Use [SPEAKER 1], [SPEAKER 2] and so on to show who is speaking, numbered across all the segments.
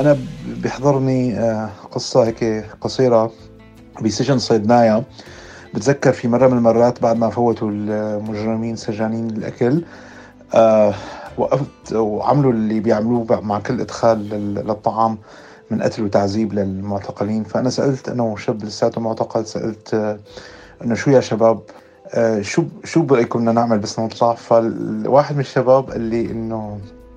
[SPEAKER 1] أنا بيحضرني قصة هيك قصيرة بسجن صيدنايا. بتذكر في مرة من المرات بعد ما فوتوا المجرمين سجانين الأكل، وقفت وعملوا اللي بيعملوه مع كل إدخال للطعام من قتل وتعذيب للمعتقلين. فأنا سألت، أنا وشاب لساته معتقل، سألت إنه شو يا شباب، شو برأيكم بدنا نعمل بس نطلع؟ فالواحد من الشباب قال لي إنه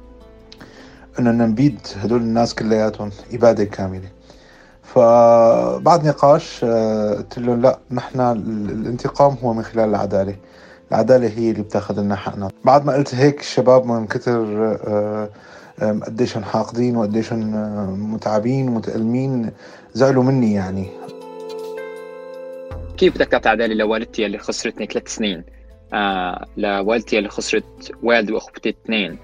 [SPEAKER 1] نبيد هدول الناس كلياتهم إبادة كاملة. فبعد نقاش قلت له لا، نحن الانتقام هو من خلال العدالة. العدالة هي اللي بتاخذ لنا حقنا. بعد ما قلت هيك الشباب من كتر قديشن حاقدين وقديشن متعبين ومتألمين زعلوا مني. يعني
[SPEAKER 2] كيف بدك تعطي عدالة لوالدتي اللي خسرتني 3 سنين، لوالدتي اللي خسرت والدي وأخوتي 2؟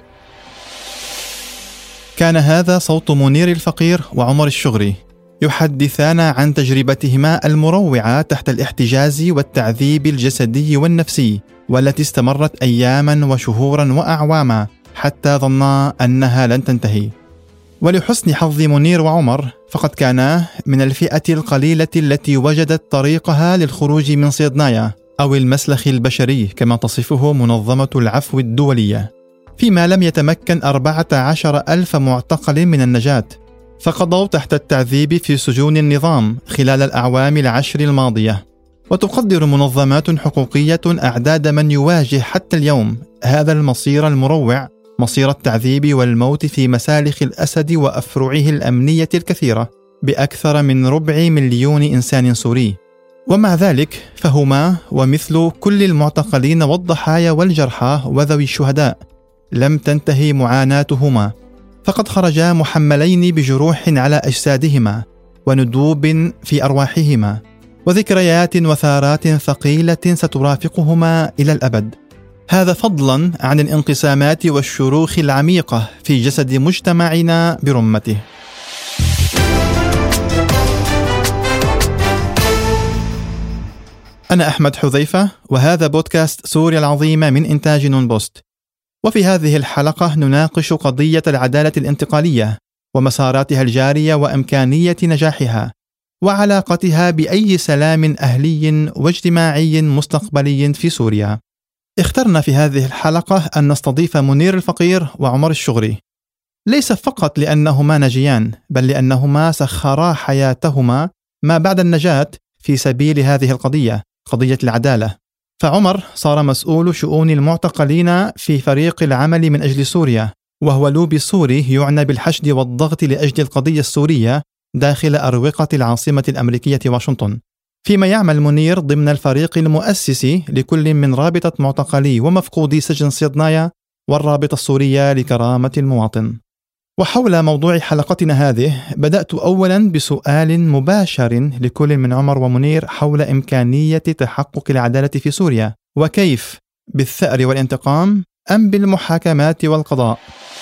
[SPEAKER 3] كان هذا صوت منير الفقير وعمر الشغري يحدثان عن تجربتهما المروعة تحت الاحتجاز والتعذيب الجسدي والنفسي، والتي استمرت أياما وشهورا وأعواما حتى ظنا أنها لن تنتهي. ولحسن حظ منير وعمر فقد كانا من الفئة القليلة التي وجدت طريقها للخروج من صيدنايا، أو المسلخ البشري كما تصفه منظمة العفو الدولية، فيما لم يتمكن 14,000 معتقل من النجاة، فقضوا تحت التعذيب في سجون النظام خلال الأعوام 10 الماضية. وتقدر منظمات حقوقية أعداد من يواجه حتى اليوم هذا المصير المروع، مصير التعذيب والموت في مسالخ الأسد وأفرعه الأمنية الكثيرة، بأكثر من 250,000 إنسان سوري. ومع ذلك فهما ومثل كل المعتقلين والضحايا والجرحى وذوي الشهداء لم تنتهي معاناتهما، فقد خرجا محملين بجروح على أجسادهما وندوب في أرواحهما، وذكريات وثارات ثقيلة سترافقهما إلى الأبد. هذا فضلا عن الانقسامات والشروخ العميقة في جسد مجتمعنا برمته. أنا أحمد حذيفة، وهذا بودكاست سوريا العظيمة من إنتاج نون بوست. وفي هذه الحلقة نناقش قضية العدالة الانتقالية ومساراتها الجارية وإمكانية نجاحها، وعلاقتها بأي سلام أهلي واجتماعي مستقبلي في سوريا. اخترنا في هذه الحلقة أن نستضيف منير الفقير وعمر الشغري، ليس فقط لأنهما ناجيان، بل لأنهما سخرا حياتهما ما بعد النجاة في سبيل هذه القضية، قضية العدالة. فعمر صار مسؤول شؤون المعتقلين في فريق العمل من أجل سوريا، وهو لوبي سوري يعنى بالحشد والضغط لأجل القضية السورية داخل أروقة العاصمة الأمريكية واشنطن، فيما يعمل منير ضمن الفريق المؤسسي لكل من رابطة معتقلي ومفقودي سجن صيدنايا والرابطة السورية لكرامة المواطن. وحول موضوع حلقتنا هذه بدأت أولا بسؤال مباشر لكل من عمر ومنير حول إمكانية تحقق العدالة في سوريا، وكيف، بالثأر والانتقام أم بالمحاكمات والقضاء؟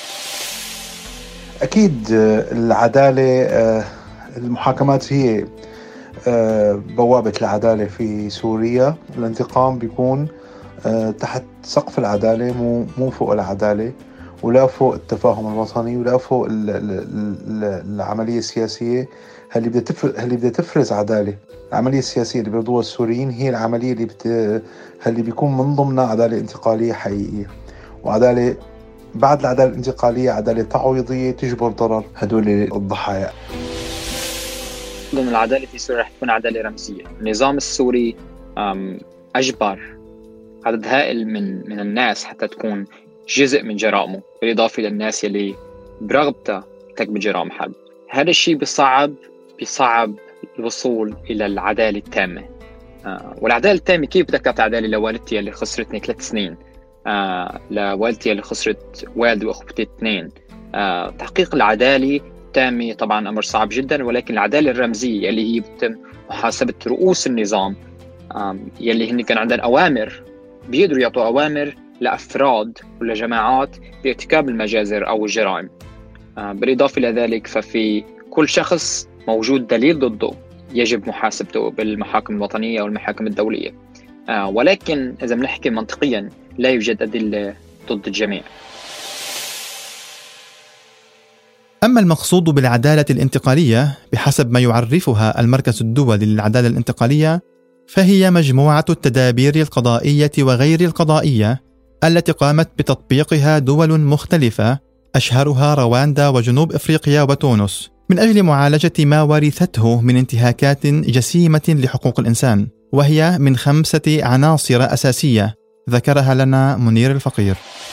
[SPEAKER 1] أكيد العدالة، المحاكمات هي بوابة العدالة في سوريا. الانتقام بيكون تحت سقف العدالة، مو فوق العدالة، ولا فوق التفاهم الوطني، ولا فوق العملية السياسية اللي بدها تفرز عدالة. العملية السياسية اللي بيرضوها السوريين هي العملية اللي بيكون من ضمنها عدالة انتقالية حقيقية، وعدالة بعد العدالة الانتقالية عدالة تعويضية تجبر ضرر هدول الضحايا.
[SPEAKER 2] لأن العدالة في سوريا رح تكون عدالة رمزية. النظام السوري أجبر عدد هائل من الناس حتى تكون جزء من جرائمه، بالإضافة للناس يلي برغبتها تكبر جرائم حرب. هذا الشيء بيصعب الوصول إلى العدالة التامة. والعدالة التامة كيف بدك تعطي عدالة لوالدتي اللي خسرتني 3 سنين، لوالدتي اللي خسرت والدي وأخوتي 2؟ تحقيق العدالة التامة طبعا أمر صعب جدا، ولكن العدالة الرمزية اللي هي بتم محاسبة رؤوس النظام يلي هن كان عندهم أوامر، بيقدروا يعطوا أوامر لأفراد ولا جماعات بارتكاب المجازر أو الجرائم. بالإضافة إلى ذلك ففي كل شخص موجود دليل ضده يجب محاسبته بالمحاكم الوطنية والمحاكم الدولية. ولكن إذا بنحكي منطقيا لا يوجد أدلة ضد الجميع.
[SPEAKER 3] أما المقصود بالعدالة الانتقالية بحسب ما يعرفها المركز الدولي للعدالة الانتقالية، فهي مجموعة التدابير القضائية وغير القضائية التي قامت بتطبيقها دول مختلفة، أشهرها رواندا وجنوب إفريقيا وتونس، من أجل معالجة ما ورثته من انتهاكات جسيمة لحقوق الإنسان، وهي من 5 عناصر أساسية ذكرها لنا منير الفقير.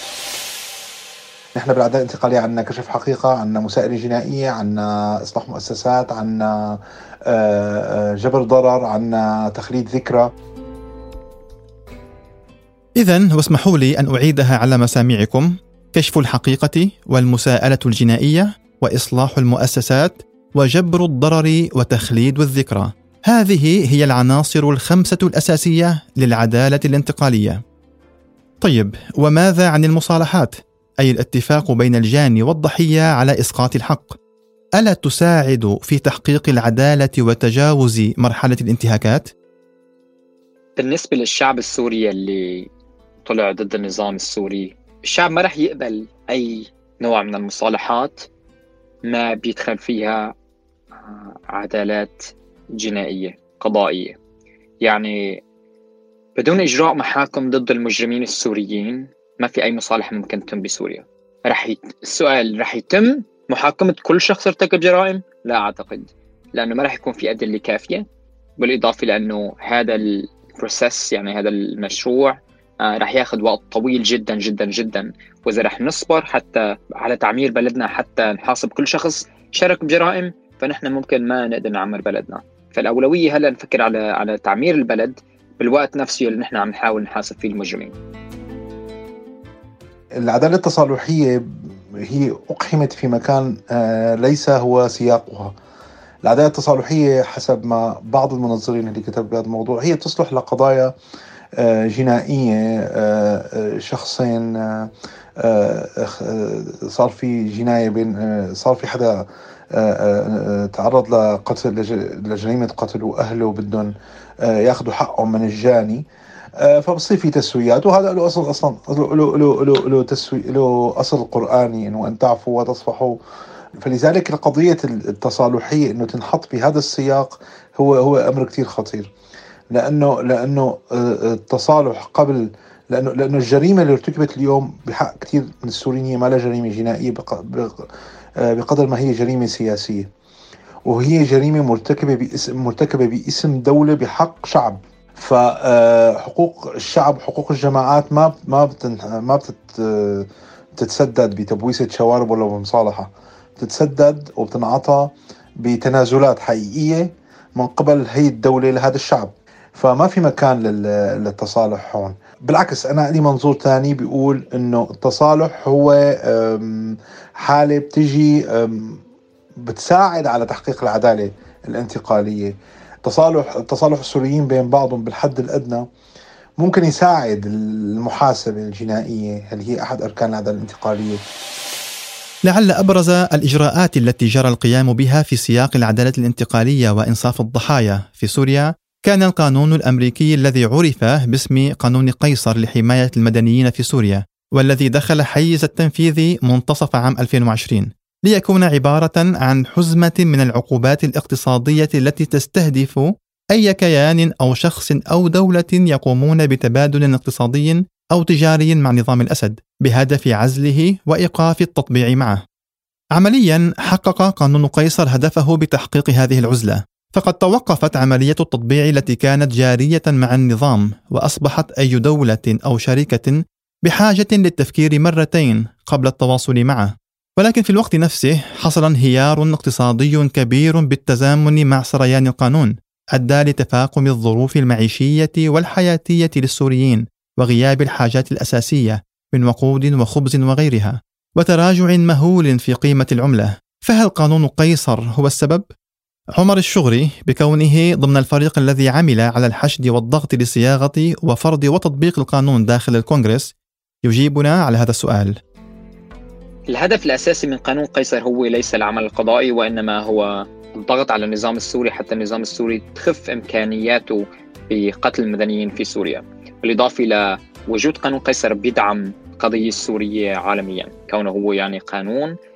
[SPEAKER 1] نحن بالعدالة الانتقالية عندنا كشف حقيقة، عندنا مساءلة جنائية، عندنا إصلاح مؤسسات، عندنا جبر ضرر، عندنا تخليد ذكرى.
[SPEAKER 3] إذن واسمحوا لي أن أعيدها على مسامعكم: كشف الحقيقة والمساءلة الجنائية وإصلاح المؤسسات وجبر الضرر وتخليد الذكرى، هذه هي العناصر 5 الأساسية للعدالة الانتقالية. طيب، وماذا عن المصالحات، أي الاتفاق بين الجاني والضحية على إسقاط الحق؟ ألا تساعد في تحقيق العدالة وتجاوز مرحلة الانتهاكات؟
[SPEAKER 2] بالنسبة للشعب السوري اللي طلع ضد النظام السوري، الشعب ما رح يقبل أي نوع من المصالحات ما بيدخل فيها عدالات جنائية قضائية. يعني بدون إجراء محاكم ضد المجرمين السوريين ما في أي مصالحة ممكن تتم بسوريا. السؤال: رح يتم محاكمة كل شخص ارتكب جرائم؟ لا أعتقد، لأنه ما رح يكون في أدلة كافية، بالإضافة لأنه هذا البروسيس، يعني هذا المشروع رح ياخذ وقت طويل جدا جدا جدا. وإذا رح نصبر حتى على تعمير بلدنا حتى نحاسب كل شخص شارك بجرائم، فنحن ممكن ما نقدر نعمر بلدنا. فالأولوية هلا نفكر على تعمير البلد بالوقت نفسه اللي نحن عم نحاول نحاسب فيه المجرمين.
[SPEAKER 1] العدالة التصالحية هي أقحمت في مكان ليس هو سياقها. العدالة التصالحية حسب ما بعض المنظرين اللي كتبوا بهذا الموضوع هي تصلح لقضايا جنائية، شخصين صار في جناية صار في حدا تعرض لقتل، لجريمة قتل، وأهله بدهم ياخذوا حقهم من الجاني، فبصير في تسويات. وهذا له أصلا له أصل قرآني، إنه أن تعفوا وتصفحوا. فلذلك القضية التصالحية إنه تنحط بهذا السياق هو أمر كتير خطير، لأنه التصالح قبل، لأنه الجريمة اللي ارتكبت اليوم بحق كتير من السوريين ما لها جريمة جنائية بقدر ما هي جريمة سياسية، وهي جريمة مرتكبة باسم دولة بحق شعب. فحقوق الشعب، حقوق الجماعات ما بتتسدد بتبويسة شوارب ولا بمصالحة، بتتسدد وبتنعطى بتنازلات حقيقية من قبل هي الدولة لهذا الشعب. فما في مكان للتصالح هون. بالعكس، أنا لي منظور تاني بيقول إنه التصالح هو حالة بتجي بتساعد على تحقيق العدالة الانتقالية. تصالح السوريين بين بعضهم بالحد الأدنى ممكن يساعد المحاسبة الجنائية اللي هي أحد أركان العدالة الانتقالية.
[SPEAKER 3] لعل أبرز الإجراءات التي جرى القيام بها في سياق العدالة الانتقالية وإنصاف الضحايا في سوريا كان القانون الأمريكي الذي عرف باسم قانون قيصر لحماية المدنيين في سوريا، والذي دخل حيز التنفيذ منتصف عام 2020، ليكون عبارة عن حزمة من العقوبات الاقتصادية التي تستهدف أي كيان أو شخص أو دولة يقومون بتبادل اقتصادي أو تجاري مع نظام الأسد بهدف عزله وإيقاف التطبيع معه. عمليا حقق قانون قيصر هدفه بتحقيق هذه العزلة، فقد توقفت عملية التطبيع التي كانت جارية مع النظام، وأصبحت أي دولة أو شركة بحاجة للتفكير مرتين قبل التواصل معه. ولكن في الوقت نفسه حصل انهيار اقتصادي كبير بالتزامن مع سريان القانون، أدى لتفاقم الظروف المعيشية والحياتية للسوريين وغياب الحاجات الأساسية من وقود وخبز وغيرها، وتراجع مهول في قيمة العملة. فهل قانون قيصر هو السبب؟ عمر الشغري بكونه ضمن الفريق الذي عمل على الحشد والضغط لصياغة وفرض وتطبيق القانون داخل الكونغرس يجيبنا على هذا السؤال.
[SPEAKER 2] الهدف الأساسي من قانون قيصر هو ليس العمل القضائي، وإنما هو الضغط على النظام السوري حتى النظام السوري تخف إمكانياته بقتل المدنيين في سوريا. بالإضافة لوجود قانون قيصر بيدعم القضية السورية عالميا، كونه هو يعني قانون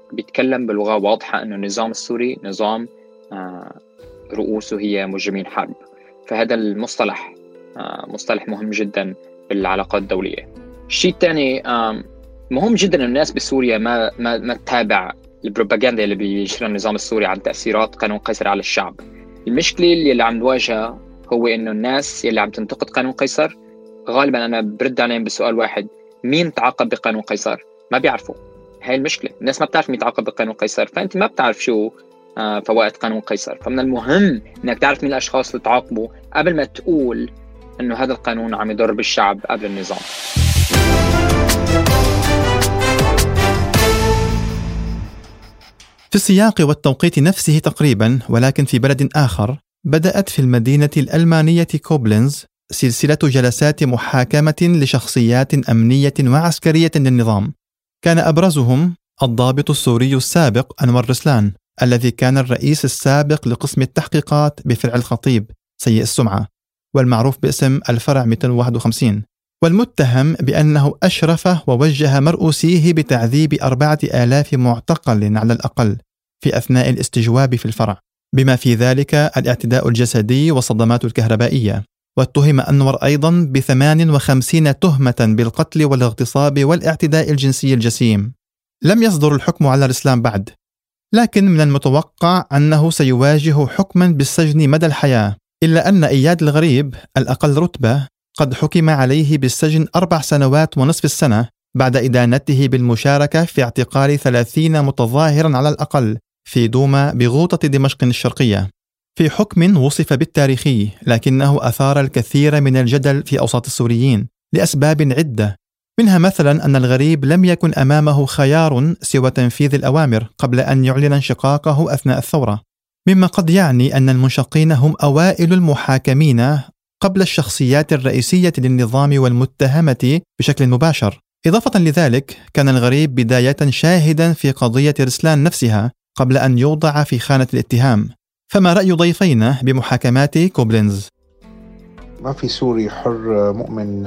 [SPEAKER 2] بيتكلم بلغة واضحة إنه النظام السوري نظام رؤوسه هي مجرمين حرب. فهذا المصطلح مصطلح مهم جدا بالعلاقات الدولية. الشيء الثاني مهم جدا الناس بسوريا ما تتابع البروباغندا اللي بينشرها النظام السوري عن تأثيرات قانون قيصر على الشعب. المشكلة اللي عم نواجهها هو إنه الناس اللي عم تنتقد قانون قيصر غالبا أنا برد عليهم بسؤال واحد: مين تعاقب بقانون قيصر؟ ما بيعرفوا. هاي المشكلة، الناس ما بتعرف مين تعاقب بقانون قيصر، فأنت ما بتعرف شو فوائد قانون قيصر. فمن المهم إنك تعرف مين الأشخاص اللي تعاقبوا قبل ما تقول إنه هذا القانون عم يضر بالشعب قبل النظام.
[SPEAKER 3] في السياق والتوقيت نفسه تقريبا، ولكن في بلد آخر، بدأت في المدينة الألمانية كوبلنز سلسلة جلسات محاكمة لشخصيات أمنية وعسكرية للنظام. كان أبرزهم الضابط السوري السابق أنور رسلان، الذي كان الرئيس السابق لقسم التحقيقات بفرع الخطيب سيء السمعة، والمعروف باسم الفرع 251، والمتهم بأنه أشرف ووجه مرؤوسيه بتعذيب 4000 معتقل على الأقل في أثناء الاستجواب في الفرع، بما في ذلك الاعتداء الجسدي والصدمات الكهربائية. واتهم أنور أيضا ب58 تهمة بالقتل والاغتصاب والاعتداء الجنسي الجسيم. لم يصدر الحكم على رسلان بعد، لكن من المتوقع أنه سيواجه حكما بالسجن مدى الحياة، إلا أن إياد الغريب الأقل رتبة قد حكم عليه بالسجن 4 سنوات ونصف السنة بعد إدانته بالمشاركة في اعتقال 30 متظاهرا على الأقل في دوما بغوطة دمشق الشرقية، في حكم وصف بالتاريخي، لكنه أثار الكثير من الجدل في أوساط السوريين لأسباب عدة، منها مثلا أن الغريب لم يكن أمامه خيار سوى تنفيذ الأوامر قبل أن يعلن انشقاقه أثناء الثورة، مما قد يعني أن المنشقين هم أوائل المحاكمين قبل الشخصيات الرئيسية للنظام والمتهمة بشكل مباشر. إضافة لذلك، كان الغريب بداية شاهدا في قضية رسلان نفسها قبل أن يوضع في خانة الاتهام. فما رأي ضيفينا بمحاكمات كوبلنز؟
[SPEAKER 1] ما في سوري حر مؤمن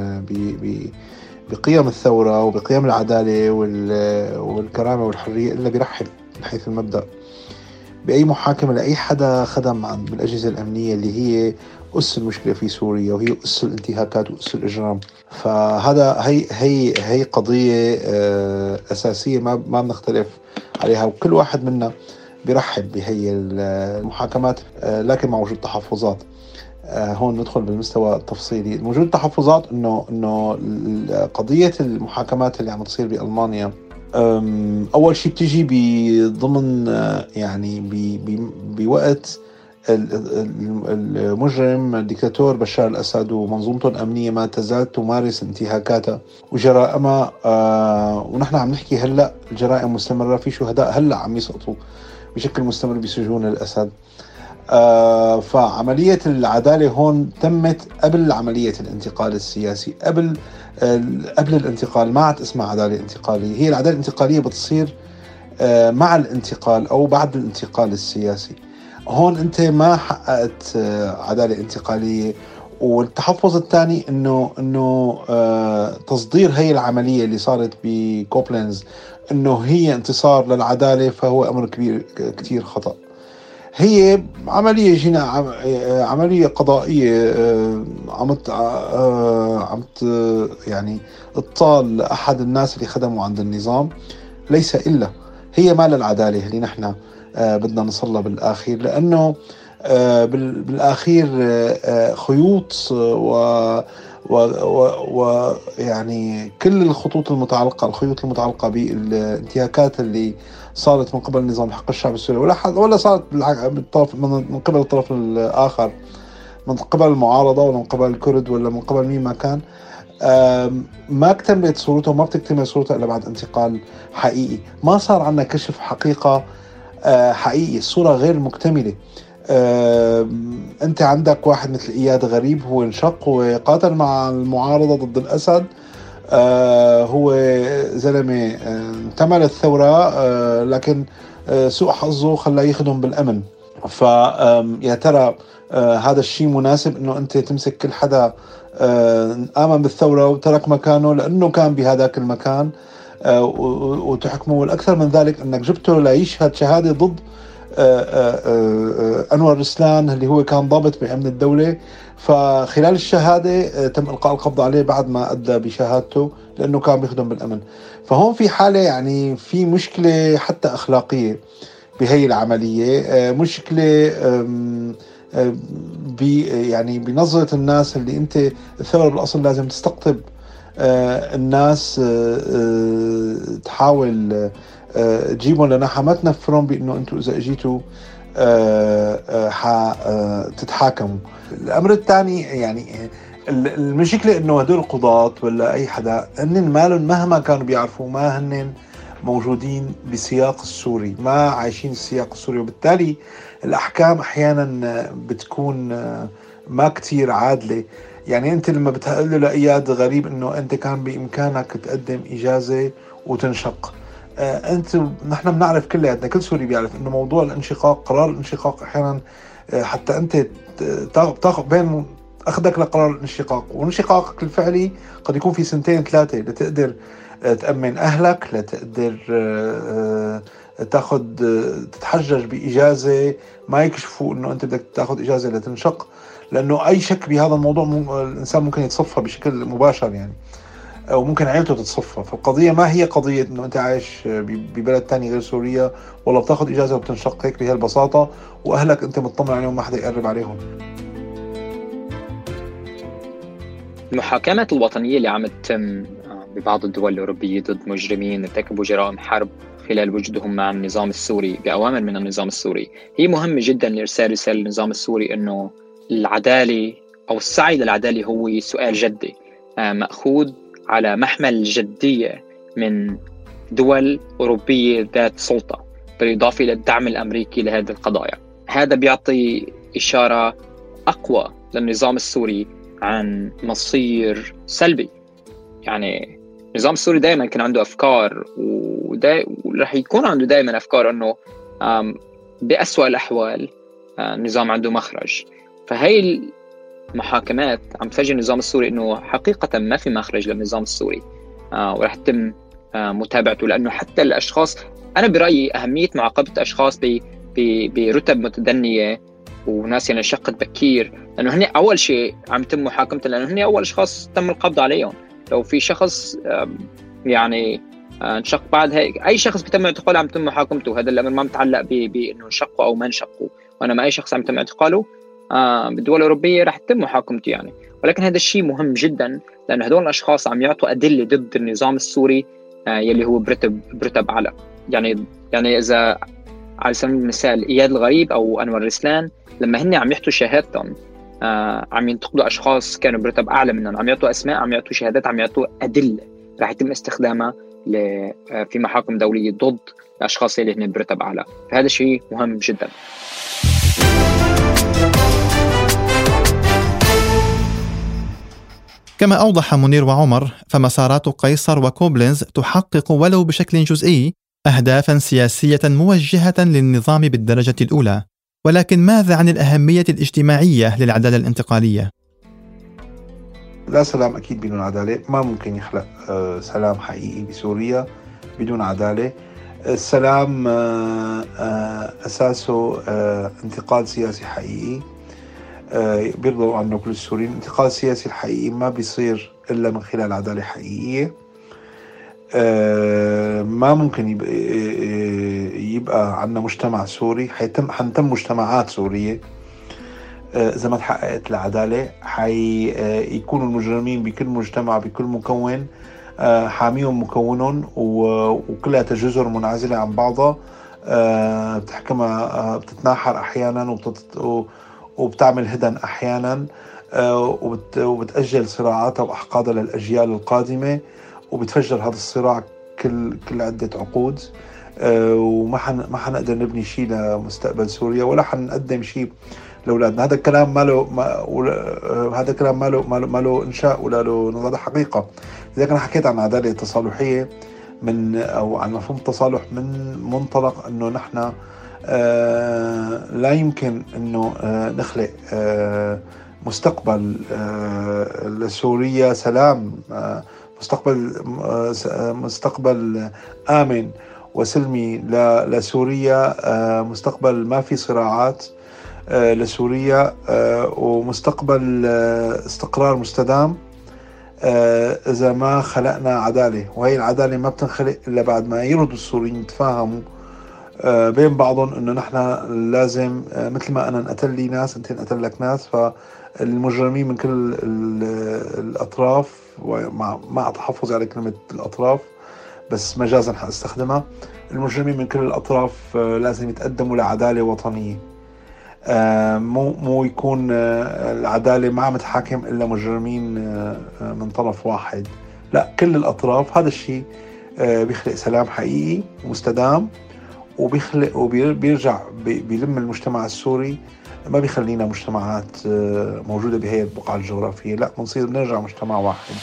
[SPEAKER 1] بقيم الثورة وبقيم العدالة والكرامة والحرية إلا بيرحب من حيث المبدأ بأي محاكمة لأي حدا خدم بالأجهزة الأمنية اللي هي أس المشكلة في سوريا، وهي أس الانتهاكات وأس الإجرام. فهذا هي قضية أساسية ما بنختلف عليها، وكل واحد منا بيرحب بهي المحاكمات، لكن مع وجود تحفظات. هون ندخل بالمستوى التفصيلي. وجود تحفظات إنه قضية المحاكمات اللي عم تصير بألمانيا أول شيء بتيجي بضمن يعني بوقت المجرم الدكتاتور بشار الأسد ومنظومته الأمنية ما تزال تمارس انتهاكاتها وجرائمها، ونحن عم نحكي هلأ الجرائم مستمرة، في شهداء هلأ عم يسقطوا بشكل مستمر بسجون الأسد. فعملية العدالة هون تمت قبل عملية الانتقال السياسي، قبل الانتقال. ما عاد اسمها عدالة انتقالية، هي العدالة الانتقالية بتصير مع الانتقال أو بعد الانتقال السياسي. هون أنت ما حققت عدالة انتقالية. والتحفظ الثاني إنه تصدير هي العملية اللي صارت بكوبلنز إنه هي انتصار للعدالة، فهو أمر كتير خطأ. هي عملية قضائية عمت يعني اطال أحد الناس اللي خدموا عند النظام، ليس إلا هي ما للعدالة اللي نحن بدنا نصلها بالآخير، لأنه بالآخير خيوط ويعني كل الخيوط المتعلقة بالانتهاكات اللي صارت من قبل نظام حق الشعب السوري ولا صارت من قبل الطرف الآخر، من قبل المعارضة ولا من قبل الكرد ولا من قبل مين ما كان، ما اكتملت صورتها وما بتكتمل صورتها إلا بعد انتقال حقيقي. ما صار عندنا كشف حقيقة حقيقي، الصورة غير مكتملة. أنت عندك واحد مثل إياد غريب، هو انشق وقاتل مع المعارضة ضد الأسد، هو زلمة تمل الثورة، لكن سوء حظه خلاه يخدم بالأمن. فيا ترى هذا الشيء مناسب إنه أنت تمسك كل حدا آمن بالثورة وترك مكانه لأنه كان بهذاك المكان وتحكمه. والأكثر من ذلك أنك جبته ليشهد شهادة ضد أنور رسلان اللي هو كان ضابط بأمن الدولة، فخلال الشهادة تم إلقاء القبض عليه بعد ما أدى بشهادته لأنه كان بيخدم بالأمن. فهون في حالة يعني في مشكلة حتى أخلاقية بهي العملية، مشكلة يعني بنظرة الناس اللي أنت الثورة بالأصل لازم تستقطب الناس، تحاول تجيبهم لناحية ما تنفرهم بأنه أنتوا إذا اجيتوا تتحاكموا. الأمر الثاني يعني المشكلة أنه هدول القضاة ولا أي حدا هن مالهم مهما كانوا بيعرفوا ما هن موجودين بسياق السوري، ما عايشين السياق السوري، وبالتالي الأحكام أحيانا بتكون ما كتير عادلة. يعني أنت لما بتقول له لإياد غريب أنه أنت كان بإمكانك تقدم إجازة وتنشق، نحن بنعرف كلياتنا، كل سوري بيعرف أنه موضوع الانشقاق، قرار الانشقاق أحيانا حتى أنت تاخذ بين أخذك لقرار الانشقاق وانشقاقك الفعلي قد يكون في 2-3 لتقدر تأمن أهلك، لتقدر تتحجج بإجازة ما يكشفوا أنه أنت بدك تاخذ إجازة لتنشق، لأنه أي شك بهذا الموضوع الإنسان ممكن يتصفى بشكل مباشر يعني، أو ممكن عائلته تتصفى. فالقضية ما هي قضية أنه أنت عايش ببلد تاني غير سوريا ولا بتاخذ إجازة وبتنشق هيك بهي البساطة، وأهلك أنت مطمن عليهم ما حدا يقرب عليهم.
[SPEAKER 2] المحاكمات الوطنية اللي عم تتم ببعض الدول الأوروبية ضد مجرمين ارتكبوا جرائم حرب خلال وجودهم مع النظام السوري بأوامر من النظام السوري هي مهمة جدا لإرسال رسالة للنظام السوري أنه العدالة أو السعي للعدالة هو سؤال جدي مأخوذ على محمل الجدية من دول أوروبية ذات سلطة، بالإضافة إلى الدعم الأمريكي لهذه القضايا. هذا بيعطي إشارة أقوى للنظام السوري عن مصير سلبي. يعني النظام السوري دائما كان عنده أفكار ورح يكون عنده دائما أفكار أنه بأسوأ الأحوال النظام عنده مخرج. فهي المحاكمات عم تفجر النظام السوري أنه حقيقة ما في مخرج للنظام السوري، ورح يتم متابعته، لأنه حتى الأشخاص، أنا برأيي أهمية معاقبة أشخاص برتب متدنية وناس يعني شقت بكير، لأنه هن أول شيء عم يتم محاكمته، لأنه هن أول أشخاص تم القبض عليهم. لو في شخص يعني انشق بعد هيك، أي شخص بيتم اعتقاله عم يتم محاكمته. هذا الأمر ما متعلق بأنه انشقوا أو ما انشقوا، وأنا أي شخص عم يتم اعتقاله بالدول الأوروبية رح يتم محاكمته يعني. ولكن هذا الشيء مهم جدا، لأن هدول الأشخاص عم يعطوا أدلة ضد النظام السوري يلي هو برتب أعلى. يعني إذا على سبيل المثال إياد الغريب أو أنور رسلان لما هن عم يحطوا شهادتهم عم ينتقدوا أشخاص كانوا برتب أعلى منهم، عم يعطوا أسماء، عم يعطوا شهادات، عم يعطوا أدلة رح يتم استخدامها في محاكم دولية ضد الأشخاص اللي هن برتب أعلى. فهذا شيء مهم جدا.
[SPEAKER 3] كما أوضح منير وعمر، فمسارات قيصر وكوبلنز تحقق ولو بشكل جزئي أهدافاً سياسية موجهة للنظام بالدرجة الأولى، ولكن ماذا عن الأهمية الاجتماعية للعدالة الانتقالية؟
[SPEAKER 1] لا سلام أكيد بدون عدالة، ما ممكن يخلق سلام حقيقي بسوريا بدون عدالة. السلام أساسه انتقال سياسي حقيقي بيرضوا عنه كل السوريين. الانتقال السياسي الحقيقي ما بيصير إلا من خلال عدالة حقيقية. ما ممكن يبقى عندنا مجتمع سوري، حنتم مجتمعات سورية إذا ما تحققت العدالة. يكونوا المجرمين بكل مجتمع بكل مكون حاميهم مكونهم وكلها جزر منعزلة عن بعضها، بتحكمها بتتناحر أحيانا وبتعمل هدن أحيانا، وبتأجل صراعاتها وأحقادها للأجيال القادمة، وبتفجر هذا الصراع كل عدة عقود. وما حنقدر نبني شيء لمستقبل سوريا ولا حنقدم شيء لأولادنا. هذا الكلام ما له إنشاء ولا له هذا حقيقة. إذا كان حكيت عن عدالة التصالحية أو عن مفهوم التصالح من منطلق أنه نحن لا يمكن أنه نخلق مستقبل لسوريا، سلام مستقبل آمن وسلمي لسوريا، مستقبل ما في صراعات لسوريا، ومستقبل استقرار مستدام إذا ما خلقنا عدالة. وهي العدالة ما بتنخلق إلا بعد ما يردوا السوريين يتفاهموا بين بعضهم إنه نحن لازم مثل ما أنا نقتل لي ناس أنت نقتل لك ناس. فالمجرمين من كل الأطراف، ومع تحفظ على كلمة الأطراف بس مجازا حاستخدمها، المجرمين من كل الأطراف لازم يتقدموا لعدالة وطنية. مو يكون العدالة ما عم تحاكم إلا مجرمين من طرف واحد، لا، كل الأطراف. هذا الشيء بيخلق سلام حقيقي ومستدام، وبيخلق وبيرجع بيلم المجتمع السوري. ما بيخلينا مجتمعات موجودة بهي البقعة الجغرافية، لا، بنرجع مجتمع واحد.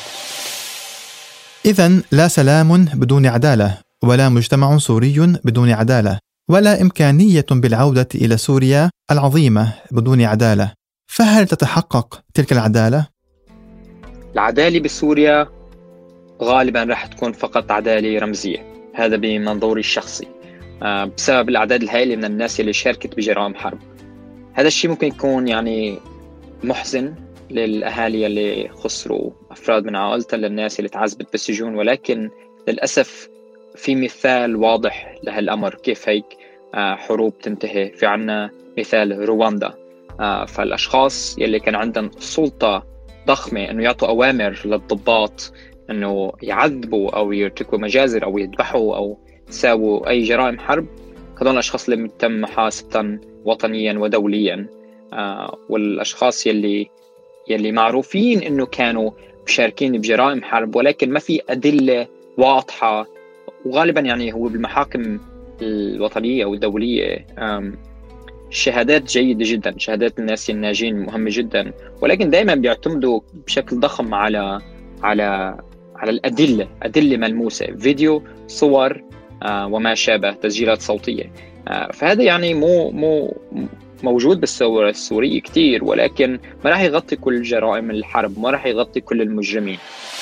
[SPEAKER 3] إذن لا سلام بدون عدالة، ولا مجتمع سوري بدون عدالة، ولا إمكانية بالعودة إلى سوريا العظيمة بدون عدالة. فهل تتحقق تلك العدالة؟
[SPEAKER 2] العدالة بسوريا غالبا راح تكون فقط عدالة رمزية، هذا بمنظوري الشخصي، بسبب الأعداد الهائلة من الناس اللي شاركت بجرائم حرب. هذا الشيء ممكن يكون يعني محزن للأهالي اللي خسروا أفراد من عائلتهم، للناس اللي تعذبت بالسجون، ولكن للأسف في مثال واضح لهالأمر، كيف هيك حروب تنتهي. في عنا مثال رواندا، فالأشخاص يلي كان عندهم سلطة ضخمة أنه يعطوا أوامر للضباط أنه يعذبوا أو يرتكبوا مجازر أو يذبحوا أو يساووا أي جرائم حرب، هذول الأشخاص اللي تم محاسبتهم وطنيا ودوليا. والأشخاص يلي معروفين أنه كانوا مشاركين بجرائم حرب ولكن ما في أدلة واضحة، وغالبا يعني هو بالمحاكم الوطنية والدولية شهادات جيدة جدا، شهادات الناس الناجين مهمة جدا، ولكن دائما بيعتمدوا بشكل ضخم على أدلة ملموسة، فيديو، صور وما شابه، تسجيلات صوتية. فهذا يعني مو موجود بالثورة السورية كتير، ولكن ما راح يغطي كل جرائم الحرب، ما راح يغطي كل المجرمين.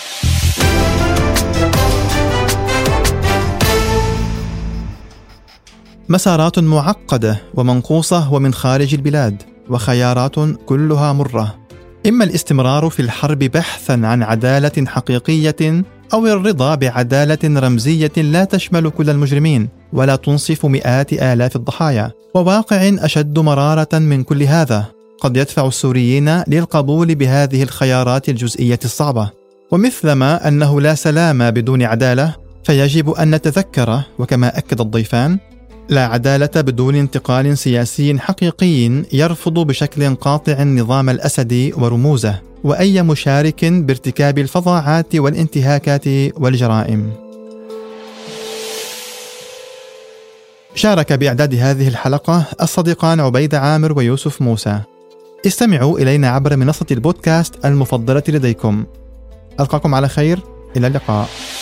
[SPEAKER 3] مسارات معقدة ومنقوصة ومن خارج البلاد، وخيارات كلها مرة، إما الاستمرار في الحرب بحثاً عن عدالة حقيقية، أو الرضا بعدالة رمزية لا تشمل كل المجرمين ولا تنصف مئات آلاف الضحايا. وواقع أشد مرارة من كل هذا قد يدفع السوريين للقبول بهذه الخيارات الجزئية الصعبة. ومثلما أنه لا سلام بدون عدالة، فيجب أن نتذكر، وكما أكد الضيفان، لا عدالة بدون انتقال سياسي حقيقي يرفض بشكل قاطع النظام الأسدي ورموزه، وأي مشارك بارتكاب الفظاعات والانتهاكات والجرائم. شارك بإعداد هذه الحلقة الصديقان عبيد عامر ويوسف موسى. استمعوا إلينا عبر منصة البودكاست المفضلة لديكم. ألقاكم على خير، إلى اللقاء.